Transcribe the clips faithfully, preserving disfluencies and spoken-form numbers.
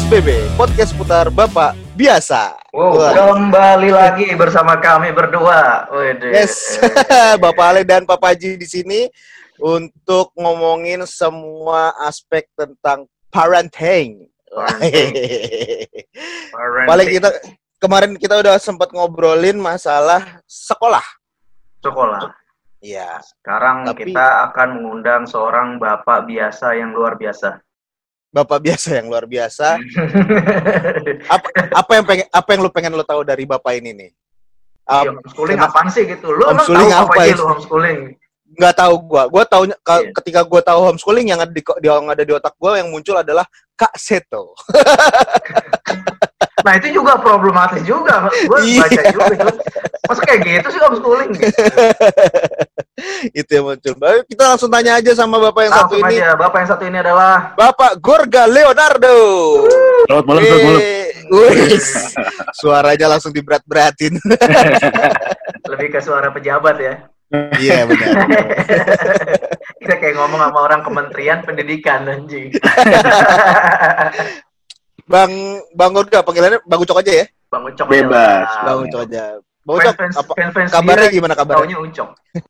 S B B, podcast putar Bapak biasa. Wow, kembali lagi bersama kami berdua. Wede. Yes, Bapak Ale dan Papa Haji di sini untuk ngomongin semua aspek tentang parenting. Parenting. Paling kita kemarin kita udah sempat ngobrolin masalah sekolah. Sekolah. Iya. Sekarang Tapi, kita akan mengundang seorang bapak biasa yang luar biasa. Bapak biasa yang luar biasa. apa apa yang pengen apa yang lu pengen lu tahu dari bapak ini nih? Um, iya, homeschooling kenapa, apaan sih gitu? Lu emang homeschooling tahu apa apa ya? aja lu homeschooling? Nggak tahu gua. Gua tahu yeah. ketika gua tahu homeschooling yang ada di, yang ada di otak gua yang muncul adalah Kak Seto. Nah itu juga problematis juga. Gue baca juga itu. Masa kayak gitu sih homeschooling? Itu yang muncul. Baik, kita langsung tanya aja sama bapak yang langsung satu ini. Aja. Bapak yang satu ini adalah Bapak Gorga Leonardo. Selamat malam, selamat malam. Wih, suaranya langsung diberat-beratin. Lebih ke suara pejabat ya. Iya benar. Kita kayak ngomong sama orang Kementerian Pendidikan anjing. Bang Bang Gorga panggilannya Bang Ucok aja ya? Bang Ucok bebas. Aja. Bang Ucok aja. Bang Ucok, fans, apa fans, fans kabarnya dia, gimana kabarnya? Taunya Ucok.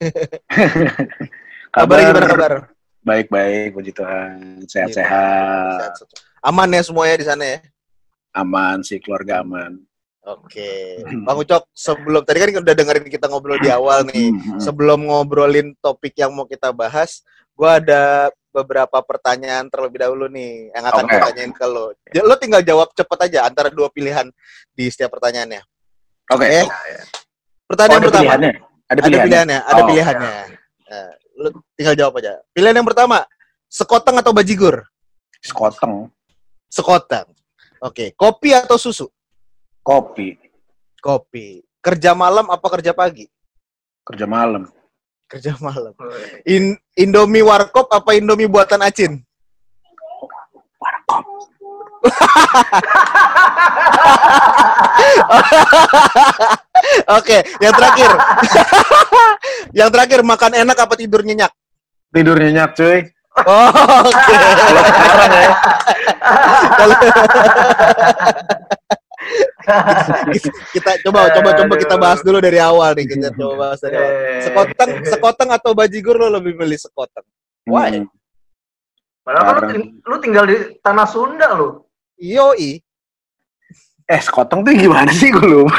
Kabarnya gimana kabar? Baik-baik, puji Tuhan. Sehat-sehat. Aman ya semuanya di sana ya? Aman sih, keluarga aman. Oke. Bang Ucok, sebelum tadi kan udah dengerin kita ngobrol di awal nih. Sebelum ngobrolin topik yang mau kita bahas, gua ada beberapa pertanyaan terlebih dahulu nih yang akan okay. gue tanyain ke lo. Lo tinggal jawab cepet aja antara dua pilihan di setiap pertanyaannya. Oke. Okay. Okay. Pertanyaan oh, ada pertama. Pilihannya? Ada pilihannya. Ada pilihannya. Ada oh, pilihannya. Nah, lo tinggal jawab aja. Pilihan yang pertama, sekoteng atau bajigur? Sekoteng. Sekoteng. Oke. Okay. Kopi atau susu? Kopi. Kopi. Kerja malam apa kerja pagi? Kerja malam. Kerja malam. In, Indomie Warkop apa Indomie buatan Acin? Warkop. Oke, yang terakhir. Yang terakhir, makan enak apa tidur nyenyak? Tidur nyenyak, cuy. Oh, oke. Okay. Kalau kita coba coba coba kita bahas dulu dari awal nih, kita coba bahas dari awal. Sekoteng, sekoteng atau bajigur lo lebih milih sekoteng? Why? Hmm. Padahal kan lu, lu tinggal di tanah Sunda lu. Yoi. Eh, sekoteng tuh gimana sih gue lupa?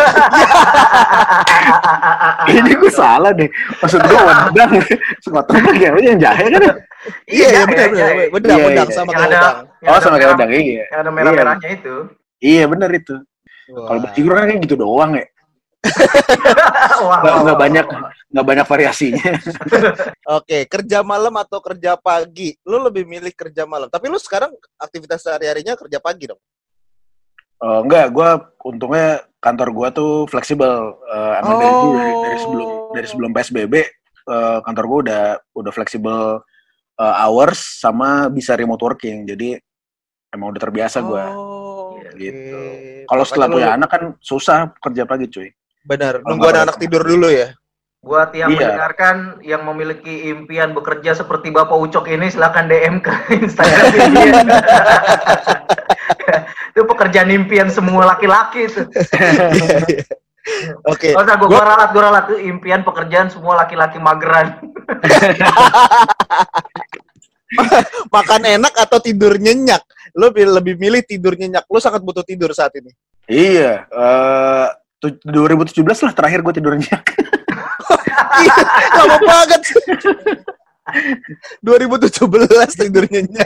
Ini gue salah deh. Maksud gue wedang. Sekoteng tuh kayaknya yang jahe kan? Iya, iya benar benar. Wedang, wedang sama kayak wedang. Oh, sama kayak wedang, iya. Yang ada merah-merahnya itu. Iya, benar itu. Kalau bajigur kan kayak gitu doang ya. Wah, nggak, wah, nggak wah, banyak wah. nggak banyak variasinya. Oke, kerja malam atau kerja pagi? Lu lebih milih kerja malam. Tapi lu sekarang aktivitas sehari-harinya kerja pagi dong? Uh, enggak, gue untungnya kantor gue tuh fleksibel. Uh, emang oh. dari, dari dari sebelum dari sebelum P S B B uh, kantor gue udah udah fleksibel uh, hours sama bisa remote working. Jadi emang udah terbiasa gue. Oh, gitu. Okay. Kalau setelah punya lu... anak kan susah kerja pagi, cuy. Benar, nunggu anak tidur dulu ya. Buat yang iya. mendengarkan yang memiliki impian bekerja seperti Bapak Ucok ini, silakan D M ke Instagram ini. Itu pekerjaan impian semua laki-laki itu. Oke. Okay. Oh, gue gua ralat, gue ralat itu impian pekerjaan semua laki-laki mageran. Makan enak atau tidur nyenyak? Lo lebih milih tidur nyenyak. Lo sangat butuh tidur saat ini. Iya. Uh, dua ribu tujuh belas lah terakhir gue tidur nyenyak. Iya, lama banget. dua ribu tujuh belas tidur nyenyak.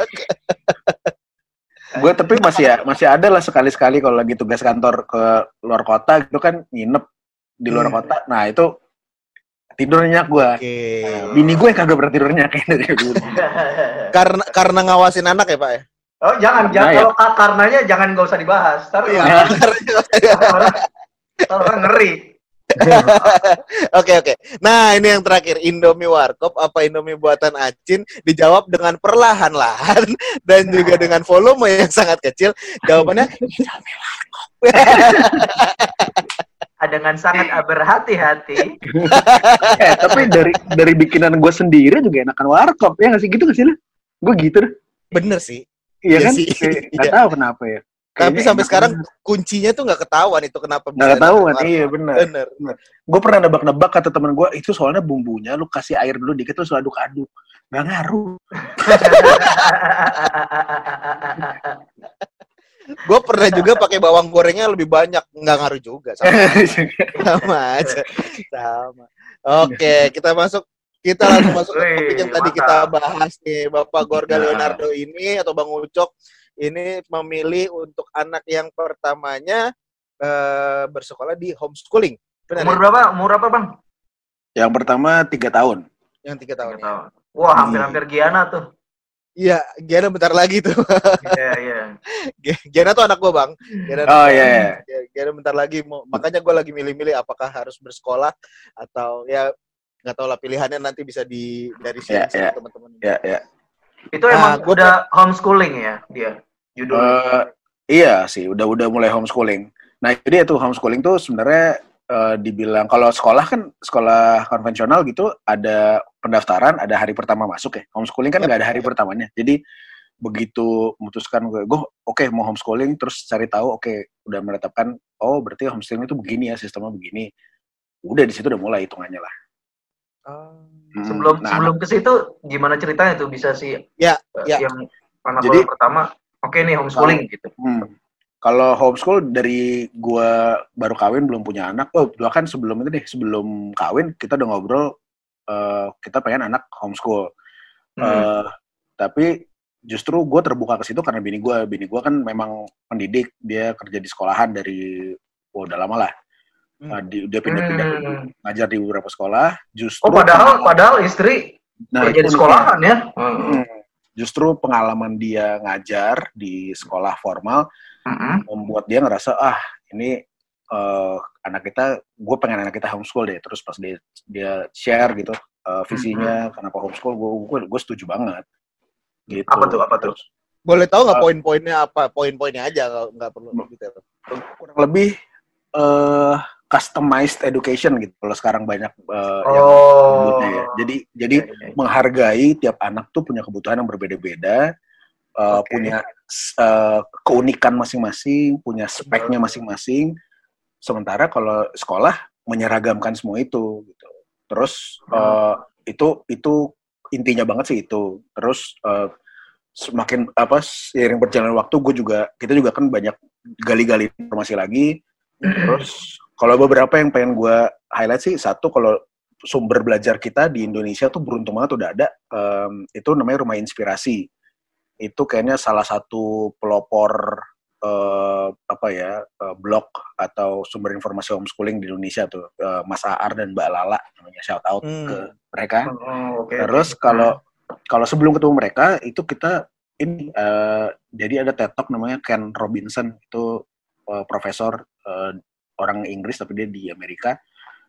Gue tapi masih ya, masih ada lah sekali-sekali kalau lagi tugas kantor ke luar kota gitu kan nginep di luar hmm. kota. Nah itu tidur nyenyak gue. Okay. Nah, bini gue kagak pernah tidur nyenyak dari dulu. karena karena ngawasin anak ya Pak ya? Oh jangan, nah, jangan ya. kalau karenanya jangan nggak usah dibahas. Taruh ya. Orang ngeri. Oke oke. Nah ini yang terakhir, Indomie Warkop apa Indomie buatan Acin? Dijawab dengan perlahan-lahan dan juga dengan volume yang sangat kecil. Jawabannya Indomie Warkop. Dengan sangat berhati-hati. eh, tapi dari dari bikinan gue sendiri juga enakan Warkop ya nggak sih gitu nggak sih lah? Gue gitu deh. Bener sih. Iya Iya kan? sih. Nggak Iya. tahu kenapa ya. Tapi Kayaknya sampai enak sekarang banget. kuncinya tuh nggak ketahuan itu kenapa Nggak bisa ketahuan, warkop. iya benar. Bener. Gue pernah nebak-nebak kata temen gue, itu soalnya bumbunya lu kasih air dulu dikit terus lu aduk-aduk. Nggak ngaruh. Gue pernah juga pakai bawang gorengnya lebih banyak, nggak ngaruh juga, sama aja. Sama aja. Sama. Oke, kita masuk kita langsung masuk ke topik Wih, yang tadi mantap. kita bahas nih. Bapak Gorga Nah. Leonardo ini atau Bang Ucok ini memilih untuk anak yang pertamanya eh, bersekolah di homeschooling. Benar Umur ya? berapa? Umur apa, Bang? Yang pertama tiga tahun. Yang tiga tahun. Tiga Ya. tahun. Wah, hampir-hampir Giana tuh. Iya, Giana bentar lagi tuh. Iya, iya. Giana tuh anak gue, Bang. Giana Oh anak iya. gua. Yeah. Ya, Giana bentar lagi mau, makanya gue lagi milih-milih apakah harus bersekolah atau ya nggak tahu lah, pilihannya nanti bisa di dari sini Ya, ya. teman-teman. Ya, ya. Itu Nah, emang gua- udah homeschooling ya dia judulnya. Eh, iya sih, udah udah mulai homeschooling. Nah, jadi itu homeschooling tuh sebenarnya eh, dibilang kalau sekolah kan sekolah konvensional gitu ada pendaftaran, ada hari pertama masuk ya. Homeschooling kan Yep. nggak ada hari pertamanya. Jadi begitu memutuskan gue, gue oke okay, mau homeschooling, terus cari tahu, oke okay, udah menetapkan, oh berarti homeschooling itu begini ya, sistemnya begini. Udah di situ udah mulai hitungannya lah. Hmm, sebelum nah, sebelum ke situ gimana ceritanya tuh bisa sih Ya, eh, ya. yang anak Jadi- lo pertama oke nih homeschooling gitu. Hmm. Kalau homeschool dari gua baru kawin belum punya anak, oh bahkan sebelum itu deh, sebelum kawin kita udah ngobrol uh, kita pengen anak homeschool. Hmm. Uh, tapi justru gue terbuka ke situ karena bini gue, bini gue kan memang pendidik, dia kerja di sekolahan dari oh, udah lama lah. Uh, di, dia pindah-pindah Hmm. ngajar di beberapa sekolah. Justru Oh padahal padahal istri nah, kerja di itu sekolahan ya. Hmm. Justru pengalaman dia ngajar di sekolah formal Hmm. membuat dia ngerasa ah ini uh, anak kita, gue pengen anak kita homeschool deh. Terus pas dia dia share gitu uh, visinya mm-hmm. kenapa homeschool, gue gue setuju banget. Gitu. Apa tuh apa tuh? Boleh tahu nggak Uh, poin-poinnya apa? Poin-poinnya aja, nggak perlu detail. Kurang lebih uh, customized education gitu. Kalau sekarang banyak uh, Oh. yang sebutnya ya. Jadi jadi Ya, ya, ya. menghargai tiap anak tuh punya kebutuhan yang berbeda-beda. Uh, Oke. punya uh, keunikan masing-masing, punya speknya masing-masing. Sementara kalau sekolah menyeragamkan semua itu, gitu. Terus uh, itu itu intinya banget sih itu. Terus uh, semakin apa seiring berjalan waktu, gue juga kita juga kan banyak gali-gali informasi lagi. Terus kalau beberapa yang pengen gue highlight sih, satu kalau sumber belajar kita di Indonesia tuh beruntung banget udah ada. Um, itu namanya Rumah Inspirasi. Itu kayaknya salah satu pelopor uh, apa ya uh, blog atau sumber informasi homeschooling di Indonesia tuh uh, Mas Aar dan Mbak Lala, namanya shout out Hmm. ke mereka. Oh, okay, Terus okay. kalau kalau sebelum ketemu mereka itu kita ini uh, jadi ada TED Talk namanya Ken Robinson, itu uh, profesor uh, orang Inggris tapi dia di Amerika.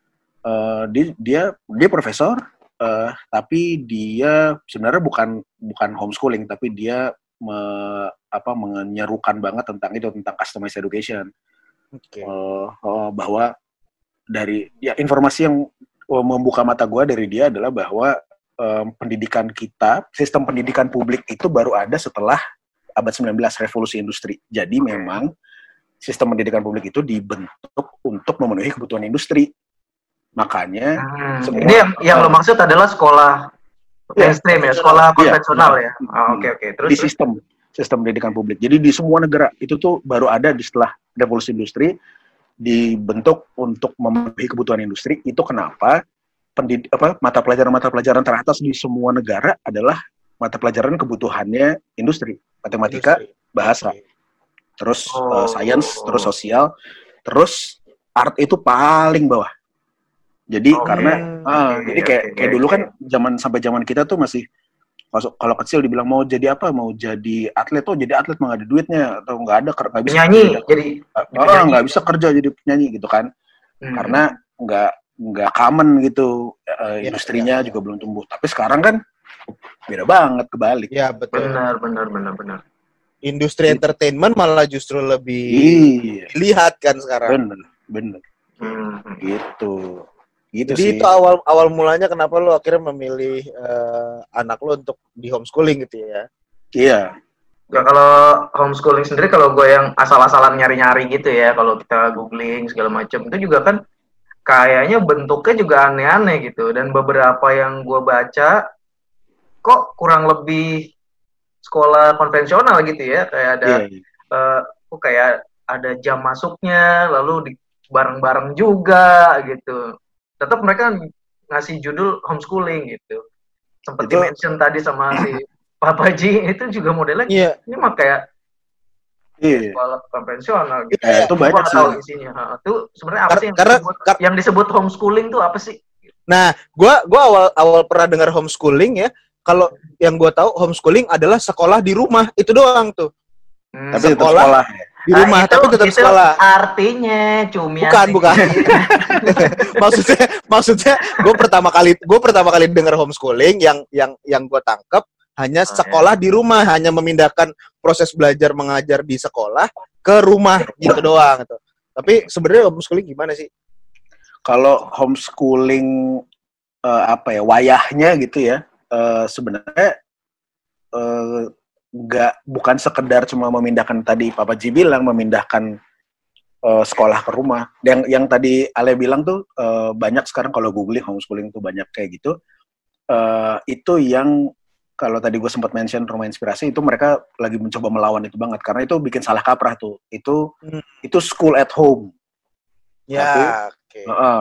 Uh, dia dia dia profesor. Uh, tapi dia sebenarnya bukan bukan homeschooling, tapi dia me, apa menyerukan banget tentang itu, tentang customized education. Okay. Uh, uh, bahwa dari ya informasi yang uh, membuka mata gue dari dia adalah bahwa um, pendidikan kita, sistem pendidikan publik itu baru ada setelah abad sembilan belas, revolusi industri. Jadi memang sistem pendidikan publik itu dibentuk untuk memenuhi kebutuhan industri. Makanya hmm. semua, ini yang yang lo maksud adalah sekolah ya, mainstream ya, sekolah konvensional ya, ya. Oh, oke oke. Terus di sistem sistem pendidikan publik. Jadi di semua negara itu tuh baru ada di setelah revolusi industri, dibentuk untuk memenuhi kebutuhan industri. Itu kenapa pendid apa mata pelajaran-mata pelajaran teratas di semua negara adalah mata pelajaran kebutuhannya industri, matematika, Industri. bahasa, Okay. terus Oh. uh, science, terus sosial, terus art itu paling bawah. Jadi Okay. karena ah, Okay, jadi kayak okay, kayak okay. dulu kan zaman sampai zaman kita tuh masih masuk kalau kecil dibilang mau jadi apa, mau jadi atlet, tuh jadi atlet mah nggak ada duitnya atau nggak ada nggak bisa Penyanyi jadi, jadi oh nggak bisa kerja jadi penyanyi gitu kan, hmm. karena nggak nggak common gitu, uh, Ya, industrinya ya, ya. juga belum tumbuh. Tapi sekarang kan beda banget, kebalik. Ya betul. benar benar benar benar. Industri entertainment malah justru lebih Iya, dilihat kan sekarang. bener bener Hmm. gitu gitu Jadi sih. itu awal awal mulanya kenapa lo akhirnya memilih uh, anak lo untuk di homeschooling gitu ya? Iya. Ya kalau homeschooling sendiri, kalau gue yang asal-asalan nyari-nyari gitu ya, kalau kita googling segala macam, itu juga kan kayaknya bentuknya juga aneh-aneh gitu. Dan beberapa yang gue baca, kok kurang lebih sekolah konvensional gitu ya, kayak ada, Iya, iya. uh, kok kayak ada jam masuknya, lalu di bareng-bareng juga gitu. Tetap mereka ngasih judul homeschooling gitu. Sempat Itu di-mention tadi sama si Papa Ji, itu juga modelnya Iya, ini mah kayak ya iya. sekolah konvensional gitu. Ya, iya. itu Gua banyak nggak sih. tahu isinya. Ha, itu sebenarnya apa Kar- sih yang karena disebut kar- yang disebut homeschooling tuh apa sih? nah, gua gua awal awal pernah dengar homeschooling ya. Kalau yang gua tahu homeschooling adalah sekolah di rumah, itu doang tuh. Hmm. Tapi tetap Sekolah sekolah. di rumah, Ah, itu, tapi tetap itu sekolah. artinya cumi Bukan, bukan. maksudnya maksudnya gue pertama kali gue pertama kali dengar homeschooling yang yang yang gue tangkap hanya Oh, sekolah di rumah, hanya memindahkan proses belajar mengajar di sekolah ke rumah gitu doang gitu. Tapi sebenarnya homeschooling gimana sih? Kalau homeschooling uh, apa ya wayahnya gitu ya, uh, sebenarnya uh, nggak bukan sekedar cuma memindahkan tadi Papa Ji bilang memindahkan uh, sekolah ke rumah. Yang yang tadi Ale bilang tuh uh, banyak sekarang kalau googling homeschooling tuh banyak kayak gitu. Uh, itu yang kalau tadi gue sempat mention rumah inspirasi itu mereka lagi mencoba melawan itu banget karena itu bikin salah kaprah tuh. Itu Hmm. itu school at home. Ya, Tapi, oke. uh,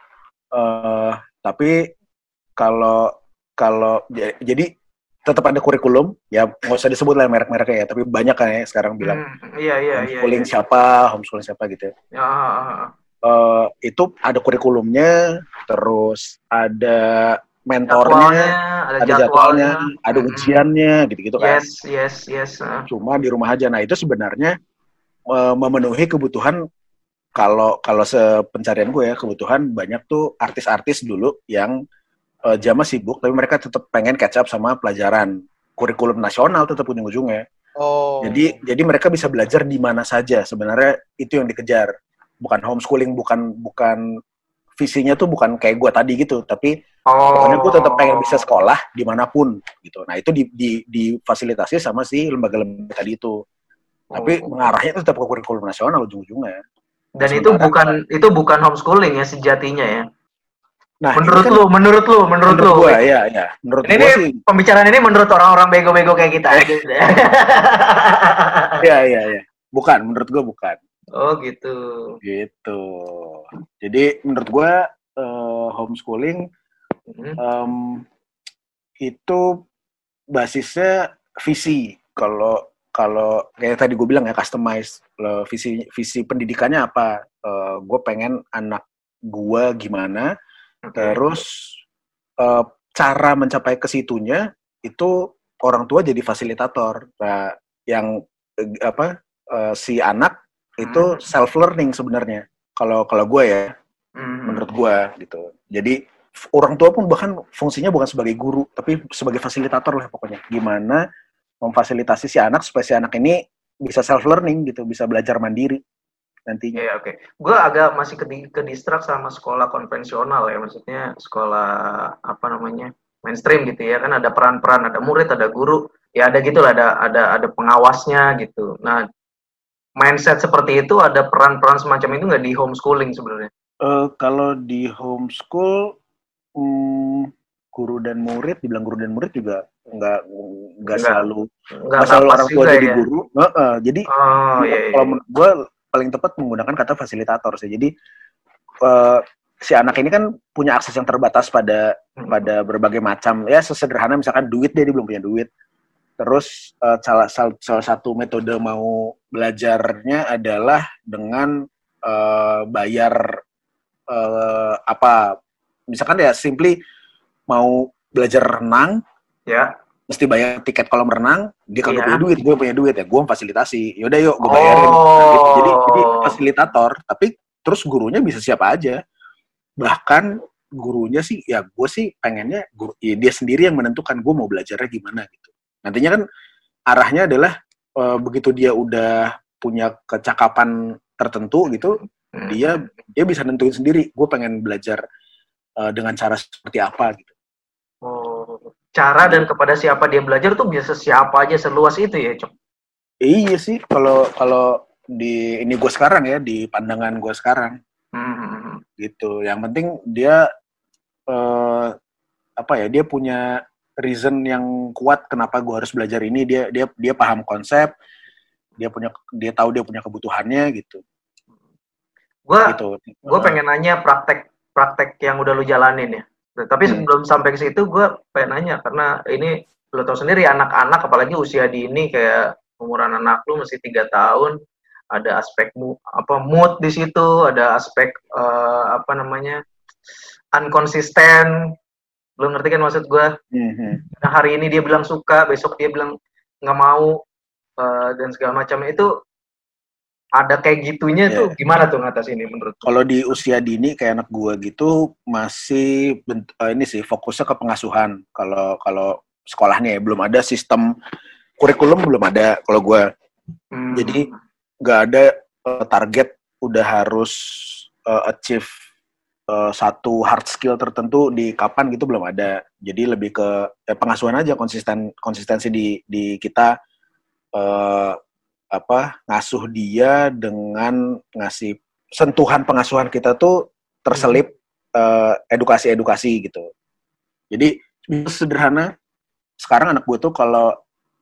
uh, tapi kalau kalau jadi tetap ada kurikulum ya nggak usah disebut lah merek-mereknya ya tapi banyak kan ya sekarang bilang Hmm, iya iya iya. homeschooling iya. siapa homeschooling siapa gitu ya. Ya, Uh, itu ada kurikulumnya terus ada jadwalnya, mentornya ada ada jadwalnya jadwalnya, ada Mm-mm. ujiannya gitu-gitu kan. Yes yes yes. Uh. Cuma di rumah aja. Nah itu sebenarnya uh, memenuhi kebutuhan kalau kalau sepencarian gue ya kebutuhan banyak tuh artis-artis dulu yang uh, jamnya sibuk tapi mereka tetap pengen catch up sama pelajaran kurikulum nasional tetap ujung-ujungnya. Oh. Jadi jadi mereka bisa belajar di mana saja sebenarnya itu yang dikejar. Bukan homeschooling, bukan bukan visinya tuh bukan kayak gue tadi gitu, tapi Oh. pokoknya gue tetap pengen bisa sekolah dimanapun gitu. Nah itu di, di, difasilitasi sama si lembaga-lembaga tadi itu. Tapi Oh. mengarahnya tetap ke kurikulum nasional ujung-ujungnya. Dan Sementara, itu bukan itu bukan homeschooling ya sejatinya ya. Nah, menurut kan, lu, menurut lu, menurut, menurut lu. Gua, ya, ya. Menurut ini gua nih, sih. pembicaraan ini menurut orang-orang bego-bego kayak kita aja. Iya, iya, iya. Bukan, menurut gua bukan. Oh gitu. Gitu. Jadi menurut gua uh, homeschooling Hmm. um, itu basisnya visi. Kalau kalau kayak tadi gue bilang ya customize visi visi pendidikannya apa. Uh, gue pengen anak gue gimana. Okay. Terus uh, cara mencapai ke situnya itu orang tua jadi fasilitator. Nah, yang uh, apa uh, si anak itu self learning sebenarnya. Kalau kalau gue ya, hmm. menurut gue gitu. Jadi orang tua pun bahkan fungsinya bukan sebagai guru, tapi sebagai fasilitator lah pokoknya. Gimana memfasilitasi si anak supaya si anak ini bisa self learning gitu, bisa belajar mandiri nantinya. Iya, oke. Okay. Gue agak masih ke, ke distrak sama sekolah konvensional ya, maksudnya sekolah apa namanya mainstream gitu ya, kan ada peran-peran, ada murid, ada guru, ya ada gitu lah, ada ada ada pengawasnya gitu. Nah, mindset seperti itu ada peran-peran semacam itu nggak di homeschooling sebenarnya? Uh, kalau di homeschool, hmm, guru dan murid, dibilang guru dan murid juga nggak nggak selalu nggak selalu orang tua jadi ya? Guru. Uh, uh, jadi oh, iya, iya. kalau menurut gue paling tepat menggunakan kata fasilitator sih. Jadi uh, si anak ini kan punya akses yang terbatas pada hmm. pada berbagai macam ya sesederhana misalkan duit dia, dia belum punya duit. Terus uh, salah, salah satu metode mau belajarnya adalah dengan uh, bayar uh, apa misalkan ya simply mau belajar renang ya mesti bayar tiket kolam renang, dia kagak iya. punya duit, gue punya duit ya, gue fasilitasi, yaudah yuk gue bayarin. Oh. Nah, gitu. Jadi jadi fasilitator, tapi terus gurunya bisa siapa aja. Bahkan gurunya sih, ya gue sih pengennya guru, ya dia sendiri yang menentukan gue mau belajarnya gimana gitu. Nantinya kan arahnya adalah uh, begitu dia udah punya kecakapan tertentu gitu, hmm. dia dia bisa nentuin sendiri, gue pengen belajar uh, dengan cara seperti apa gitu. Oh. Cara dan kepada siapa dia belajar tuh bisa siapa aja seluas itu ya, Cok? Iya sih, kalau kalau di ini gue sekarang ya, di pandangan gue sekarang, Hmm. gitu. Yang penting dia eh, apa ya? Dia punya reason yang kuat kenapa gue harus belajar ini. Dia dia dia paham konsep, dia punya dia tahu dia punya kebutuhannya gitu. Gue Gitu. gue Uh, pengen nanya praktek praktek yang udah lu jalanin ya. Tapi hmm, sebelum sampai ke situ gue pengen nanya karena ini lu tau sendiri anak-anak apalagi usia dini kayak umuran anak lu masih tiga tahun, ada aspek mu, apa mood di situ, ada aspek eh, apa namanya unconsistent. Lu ngerti kan maksud gue? hmm, hmm. Nah, hari ini dia bilang suka, besok dia bilang nggak mau eh, dan segala macam itu ada kayak gitunya Yeah. tuh gimana tuh ngatas ini menurut lu? Kalau di usia dini kayak anak gue gitu masih bent- eh, ini sih fokusnya ke pengasuhan. Kalau kalau sekolahnya ya belum ada sistem kurikulum, belum ada kalau gue. Hmm. Jadi nggak ada uh, target udah harus uh, achieve uh, satu hard skill tertentu di kapan gitu, belum ada. Jadi lebih ke eh, pengasuhan aja, konsisten konsistensi di di kita uh, apa ngasuh dia dengan ngasih sentuhan pengasuhan kita tuh terselip uh, edukasi-edukasi gitu. Jadi sederhana, sekarang anak gue tuh kalau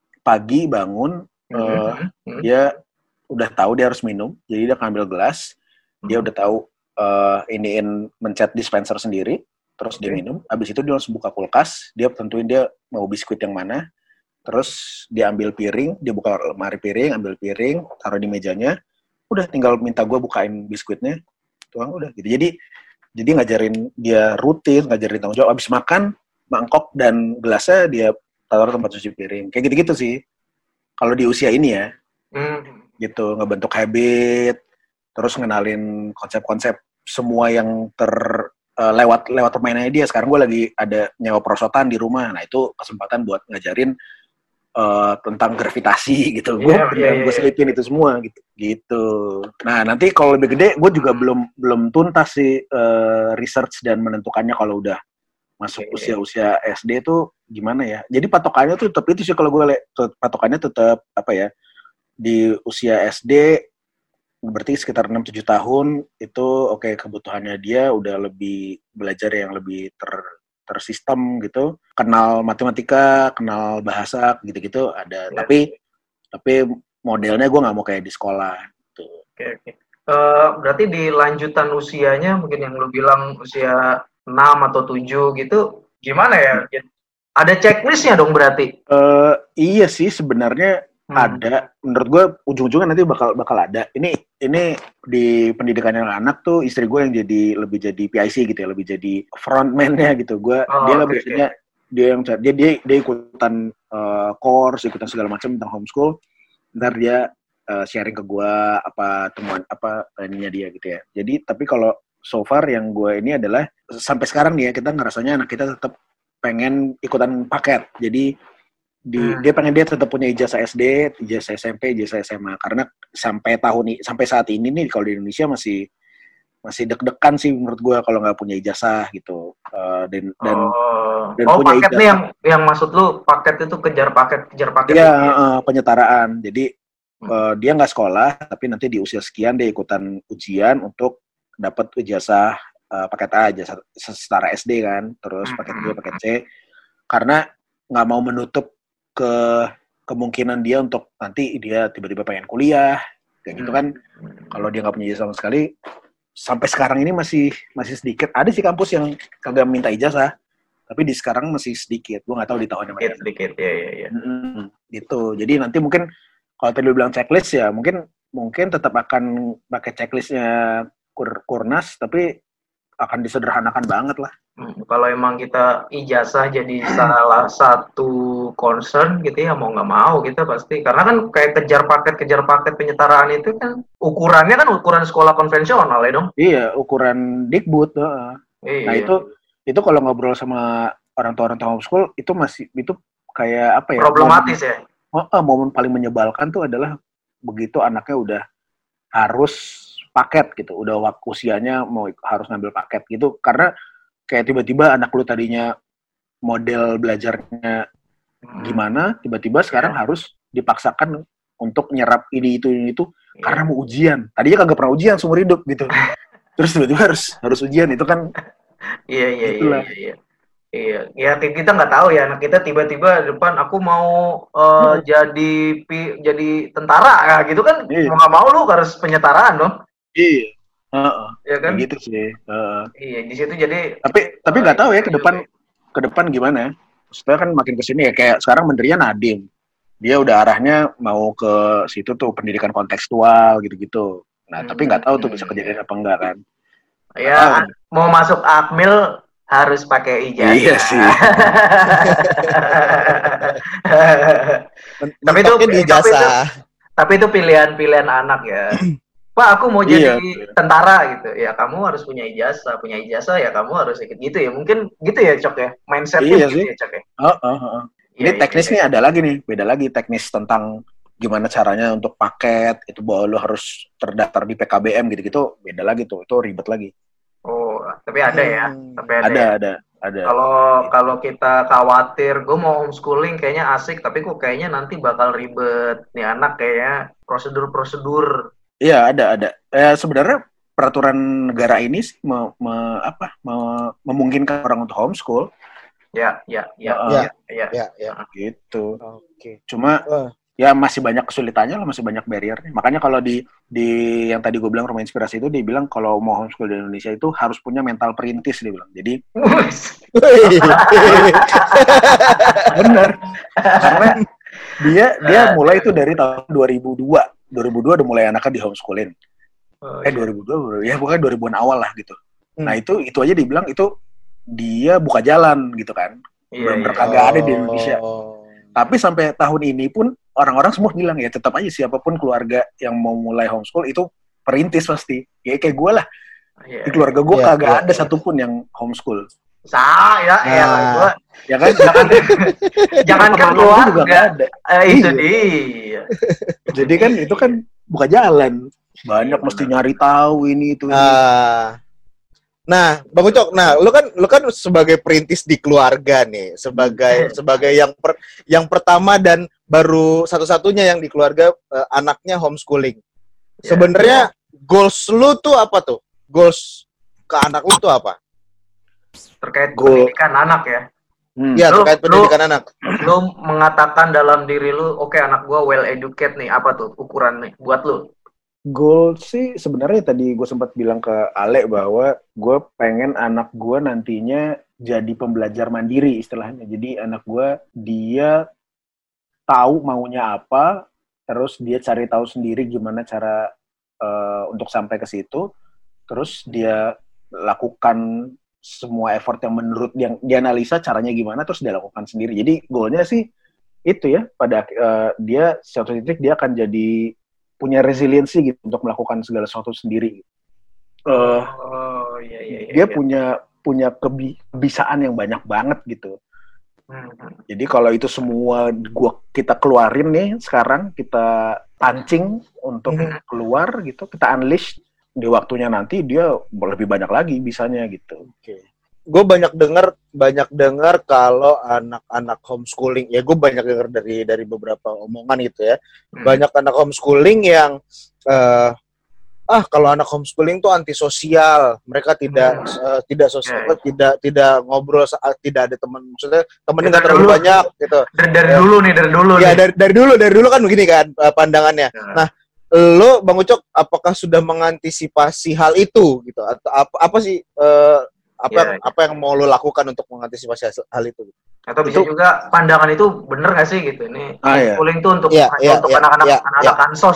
pagi bangun uh, Hmm. dia udah tahu dia harus minum, jadi dia ngambil gelas, dia udah tahu uh, iniin mencet dispenser sendiri, terus dia Oke. minum. Abis itu dia langsung buka kulkas, dia tentuin dia mau biskuit yang mana, terus dia ambil piring, dia buka lemari piring, ambil piring, taruh di mejanya, udah tinggal minta gue bukain biskuitnya, tuang udah gitu. Jadi jadi ngajarin dia rutin, ngajarin tanggung jawab. Abis makan, mangkok dan gelasnya dia taruh tempat cuci piring, kayak gitu-gitu sih. Kalau di usia ini ya, Hmm. gitu, ngebentuk habit, terus ngenalin konsep-konsep semua yang ter uh, lewat lewat permainannya dia. Sekarang gue lagi ada nyewa perosotan di rumah, nah itu kesempatan buat ngajarin uh, tentang gravitasi gitu. Gue Iya, iya, beneran iya, gue iya. selipin itu semua gitu. Gitu. Nah nanti kalau lebih gede, gue juga belum belum tuntas sih uh, research dan menentukannya kalau udah masuk Oke. usia-usia S D tuh gimana ya. Jadi patokannya tuh tetap itu sih kalau gue le- patokannya tetap apa ya, di usia S D berarti sekitar enam tujuh tahun itu oke okay, kebutuhannya dia udah lebih belajar yang lebih ter tersistem gitu, kenal matematika, kenal bahasa gitu-gitu ada, Ya. tapi tapi modelnya gue nggak mau kayak di sekolah gitu. Oke, oke. Eh, berarti di lanjutan usianya mungkin yang lu bilang usia enam atau tujuh gitu gimana ya? Ada checklistnya dong berarti. Uh, iya sih sebenarnya Hmm. ada, menurut gue ujung-ujungnya nanti bakal bakal ada. Ini ini di pendidikan anak tuh istri gue yang jadi lebih jadi P I C gitu ya, lebih jadi frontman-nya gitu. Gue Oh, dia lah oke, biasanya dia yang dia dia, dia ikutan uh, course, ikutan segala macam tentang homeschool. Ntar dia uh, sharing ke gue apa temuan apa ininya dia gitu ya. Jadi tapi kalau so far yang gue ini adalah sampai sekarang nih ya kita ngerasanya anak kita tetap pengen ikutan paket. Jadi di Hmm. dia pengen dia tetap punya ijazah S D, ijazah S M P, ijazah S M A karena sampai tahun ini sampai saat ini nih kalau di Indonesia masih masih deg-degan sih menurut gue kalau nggak punya ijazah gitu. Uh, dan dan Oh, dan oh punya paketnya ijazah yang yang maksud lu paket itu kejar paket kejar paket iya gitu ya? uh, penyetaraan. Jadi Hmm. uh, dia nggak sekolah tapi nanti di usia sekian dia ikutan ujian untuk dapat ijazah uh, paket A, ijazah setara S D kan, terus paket B, paket C, karena nggak mau menutup ke kemungkinan dia untuk nanti dia tiba-tiba pengen kuliah kayak gitu kan. Kalau dia nggak punya ijazah sama sekali, sampai sekarang ini masih masih sedikit. Ada sih kampus yang kagak minta ijazah, tapi di sekarang masih sedikit. Gue nggak tahu di tahun yang Sedikit, sedikit, ya, ya, ya. Mm-hmm. Gitu. Jadi nanti mungkin kalau tadi lu bilang checklist ya, mungkin mungkin tetap akan pakai checklistnya kur, Kurnas, tapi akan disederhanakan banget lah. Hmm, kalau emang kita ijazah jadi salah satu concern gitu ya, mau nggak mau kita pasti, karena kan kayak kejar paket kejar paket penyetaraan itu kan ukurannya kan ukuran sekolah konvensional ya dong. Iya, ukuran Dikbud. Uh. Iya. Nah itu itu kalau ngobrol sama orang tua orang tua homeschool itu masih itu kayak apa ya? Problematis momen, ya. Oh, uh, momen paling menyebalkan tuh adalah begitu anaknya udah harus paket gitu, udah waktu usianya mau harus ngambil paket gitu, karena kayak tiba-tiba anak lu tadinya model belajarnya gimana, tiba-tiba sekarang yeah. harus dipaksakan untuk nyerap ini itu ini itu Iya. karena mau ujian. Tadinya kagak pernah ujian seumur hidup gitu. Terus tiba-tiba harus harus ujian, itu kan Iya iya iya itulah. iya. Iya. Iya, ya ki- kita nggak tahu ya, anak kita tiba-tiba depan aku mau eh, Hmm. jadi pi- jadi tentara, ya gitu kan Iya. mau nggak mau lu harus penyetaraan dong, Iya. Heeh. ya kan? Kayak gitu sih. Heeh. Iya, di situ jadi Tapi tapi eh, nggak tahu ya itu ke depan juga. ke depan gimana. Maksudnya kan makin kesini ya, kayak sekarang menterinya Nadiem. Dia udah arahnya mau ke situ tuh, pendidikan kontekstual gitu-gitu. Nah, tapi nggak tahu tuh bisa Hmm, kejadian apa enggak kan. Nggak ya tahu. a- mau masuk Akmil harus pakai ijazah. Iya sih. Men- Tapi itu- mentoknya di tapi itu- ijazah. Tapi itu pilihan-pilihan anak ya. Pak, aku mau Iya. jadi tentara gitu. Ya kamu harus punya ijazah, punya ijazah ya kamu harus ikut gitu ya. Mungkin gitu ya, Cok ya. Mindsetnya Iya gitu sih. ya, Cok ya. Heeh, heeh. Iya, Ini iya, teknis iya. nih ada lagi nih, beda lagi teknis tentang gimana caranya untuk paket, itu bahwa lo harus terdaftar di P K B M gitu-gitu, beda lagi tuh, itu ribet lagi. Oh, tapi ada ya. Hmm. Tapi ada. Ada, ya. ada, ada. Kalau kalau kita khawatir, gue mau homeschooling kayaknya asik, tapi kok kayaknya nanti bakal ribet. Nih anak kayaknya prosedur-prosedur. Iya, ada, ada. Eh, sebenarnya peraturan negara ini sih me, me- apa, me- memungkinkan orang untuk homeschool, Ya, ya, ya, Heeh. ya, ya. Ya, ya. gitu. Oke. Cuma Wah. ya masih banyak kesulitannya lah, masih banyak barriernya. Makanya kalau di di yang tadi gue bilang Rumah Inspirasi itu, dia bilang kalau mau homeschool di Indonesia itu harus punya mental perintis, dia bilang. Jadi bener, karena dia dia mulai itu dari tahun dua ribu dua. dua ribu dua udah mulai anaknya di homeschooling. Oh, Eh iya. dua ribu dua ya pokoknya dua ribuan awal lah gitu. Hmm. Nah, itu itu aja dibilang itu dia buka jalan gitu kan. Iya, Bener-bener iya. kagak ada di Indonesia. Oh. Tapi sampai tahun ini pun orang-orang semua bilang ya tetap aja siapapun keluarga yang mau mulai homeschool itu perintis pasti. Ya kayak gue lah. Iya. Di keluarga gue Iya, kagak iya, ada iya. satupun yang homeschool. Sa, ya, ya, Nah. gua Ya kan? jangan jangan kan Teman gua juga keluarga. nggak ada. Eh, itu Iya. dia. Jadi kan itu kan buka jalan. Banyak Iya, mesti benar. nyari tahu ini itu. ini. Ah. Nah, Bang Ucok, nah lu kan lu kan sebagai perintis di keluarga nih, sebagai sebagai yang per, yang pertama dan baru satu-satunya yang di keluarga eh, anaknya homeschooling. Ya. Sebenarnya goals lu tuh apa tuh? Goals ke anak lu tuh apa? Terkait Gua- pendidikan anak ya. Hmm. Ya, Lu- terkait lu- pendidikan anak. Lu mengatakan dalam diri lu, oke anak gua well educated nih, apa tuh ukuran nih buat lu? Goal sih sebenarnya tadi gue sempat bilang ke Ale bahwa gue pengen anak gue nantinya jadi pembelajar mandiri istilahnya. Jadi anak gue dia tahu maunya apa, terus dia cari tahu sendiri gimana cara uh, untuk sampai ke situ, terus dia lakukan semua effort yang menurut dia, dia analisa caranya gimana, terus dia lakukan sendiri. Jadi goalnya sih itu ya, pada uh, dia suatu titik dia akan jadi punya resiliensi gitu untuk melakukan segala sesuatu sendiri. Uh, Oh, iya iya iya. dia iya. punya punya kebi- kebisaan yang banyak banget gitu. Hmm, hmm. Jadi kalau itu semua gua kita keluarin nih sekarang, kita pancing untuk Mhm. keluar gitu, kita unleash di waktunya nanti dia lebih banyak lagi bisanya gitu. Gue banyak dengar banyak dengar kalau anak-anak homeschooling, ya gue banyak dengar dari dari beberapa omongan gitu ya. Hmm. Banyak anak homeschooling yang eh, ah kalau anak homeschooling tuh antisosial, mereka tidak Hmm. eh, tidak sosial, Ya, ya. tidak tidak ngobrol saat tidak ada teman, maksudnya temennya Ya, nggak terlalu dulu. banyak gitu. Dari, dari Ya. dulu nih, dari dulu Ya nih. dari dari dulu dari dulu kan begini kan eh, pandangannya. Ya. Nah, lo Bang Ucok apakah sudah mengantisipasi hal itu gitu atau apa, apa sih eh, apa Ya, yang, ya. apa yang mau lo lakukan untuk mengantisipasi hal- hal itu? Atau bisa Itu- juga pandangan itu bener nggak sih gitu? Ini Ah, iya. homeschooling tuh untuk Iya, hanya iya, untuk iya, anak-anak iya, anak-anak ansos.